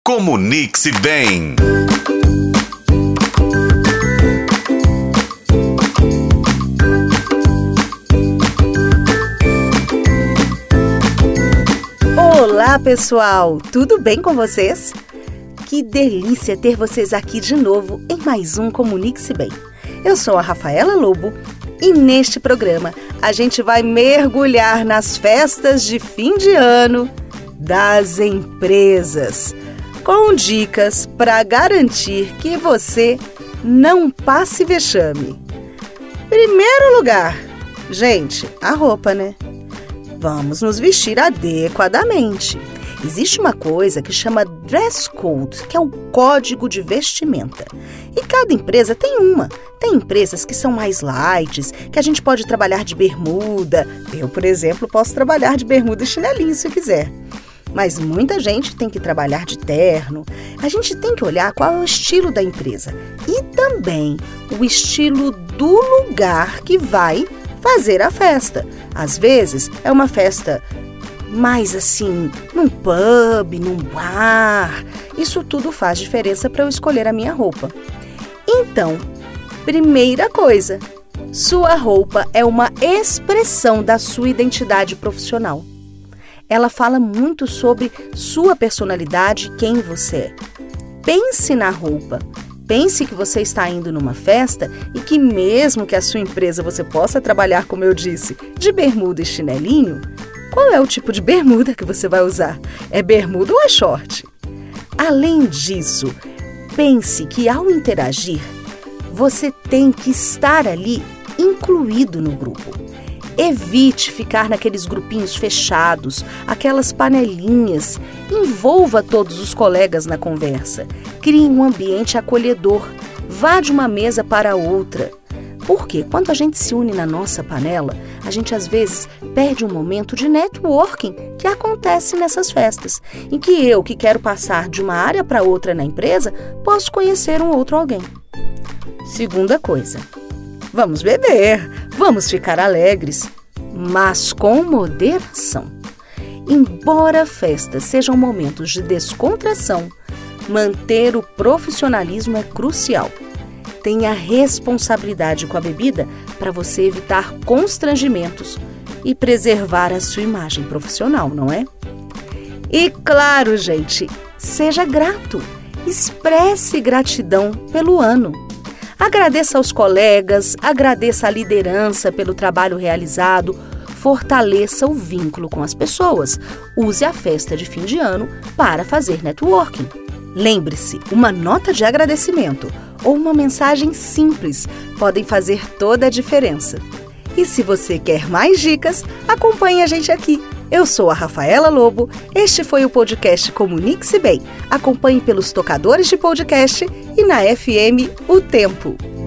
Comunique-se bem. Olá, pessoal! Tudo bem com vocês? Que delícia ter vocês aqui de novo em mais um Comunique-se Bem. Eu sou a Rafaela Lobo e neste programa a gente vai mergulhar nas festas de fim de ano das empresas, com dicas para garantir que você não passe vexame. Primeiro lugar, gente, a roupa, né? Vamos nos vestir adequadamente. Existe uma coisa que chama dress code, que é o código de vestimenta. E cada empresa tem uma. Tem empresas que são mais light, que a gente pode trabalhar de bermuda. Eu, por exemplo, posso trabalhar de bermuda e chinelinho se quiser. Mas muita gente tem que trabalhar de terno. A gente tem que olhar qual é o estilo da empresa. E também o estilo do lugar que vai fazer a festa. Às vezes é uma festa mais assim, num pub, num bar. Isso tudo faz diferença para eu escolher a minha roupa. Então, primeira coisa, sua roupa é uma expressão da sua identidade profissional. Ela fala muito sobre sua personalidade e quem você é. Pense na roupa. Pense que você está indo numa festa e que mesmo que a sua empresa você possa trabalhar, como eu disse, de bermuda e chinelinho, qual é o tipo de bermuda que você vai usar? É bermuda ou é short? Além disso, pense que ao interagir, você tem que estar ali incluído no grupo. Evite ficar naqueles grupinhos fechados, aquelas panelinhas. Envolva todos os colegas na conversa. Crie um ambiente acolhedor. Vá de uma mesa para outra. Porque quando a gente se une na nossa panela, a gente às vezes perde um momento de networking que acontece nessas festas, em que eu, que quero passar de uma área para outra na empresa, posso conhecer um outro alguém. Segunda coisa, vamos beber, vamos ficar alegres, mas com moderação. Embora festas sejam momentos de descontração, manter o profissionalismo é crucial. Tenha responsabilidade com a bebida para você evitar constrangimentos e preservar a sua imagem profissional, não é? E claro, gente, seja grato. Expresse gratidão pelo ano. Agradeça aos colegas, agradeça à liderança pelo trabalho realizado, fortaleça o vínculo com as pessoas. Use a festa de fim de ano para fazer networking. Lembre-se, uma nota de agradecimento ou uma mensagem simples podem fazer toda a diferença. E se você quer mais dicas, acompanhe a gente aqui. Eu sou a Rafaela Lobo, este foi o podcast Comunique-se Bem. Acompanhe pelos tocadores de podcast e na FM O Tempo.